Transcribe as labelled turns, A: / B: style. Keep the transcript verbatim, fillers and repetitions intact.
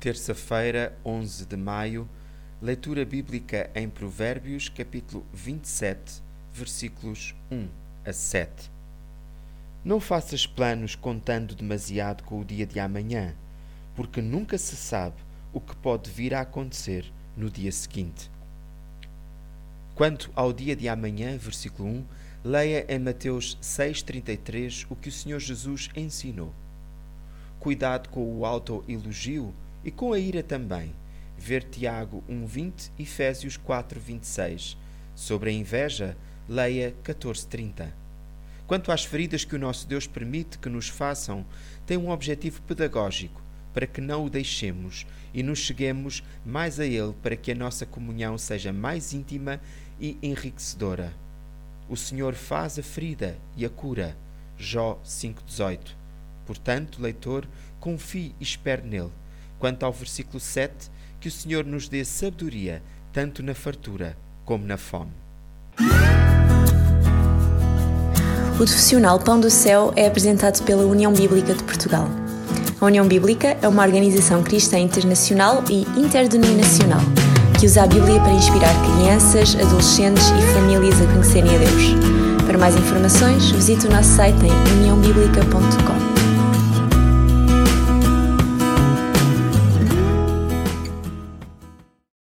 A: Terça-feira, onze de maio, leitura bíblica em Provérbios, capítulo vinte e sete, versículos um a sete. Não faças planos contando demasiado com o dia de amanhã, porque nunca se sabe o que pode vir a acontecer no dia seguinte. Quanto ao dia de amanhã, versículo um, leia em Mateus seis, trinta e três o que o Senhor Jesus ensinou. Cuidado com o autoelogio e com a ira também. Ver Tiago um, vinte e Efésios quatro, vinte e seis. Sobre a inveja, leia catorze, trinta. Quanto às feridas que o nosso Deus permite que nos façam, tem um objetivo pedagógico, para que não o deixemos e nos cheguemos mais a Ele, para que a nossa comunhão seja mais íntima e enriquecedora. O Senhor faz a ferida e a cura. Jó cinco, dezoito. Portanto, leitor, confie e espere nele. Quanto ao versículo sete, que o Senhor nos dê sabedoria, tanto na fartura como na fome.
B: O Devocional Pão do Céu é apresentado pela União Bíblica de Portugal. A União Bíblica é uma organização cristã internacional e interdenominacional que usa a Bíblia para inspirar crianças, adolescentes e famílias a conhecerem a Deus. Para mais informações, visite o nosso site em união biblica ponto com.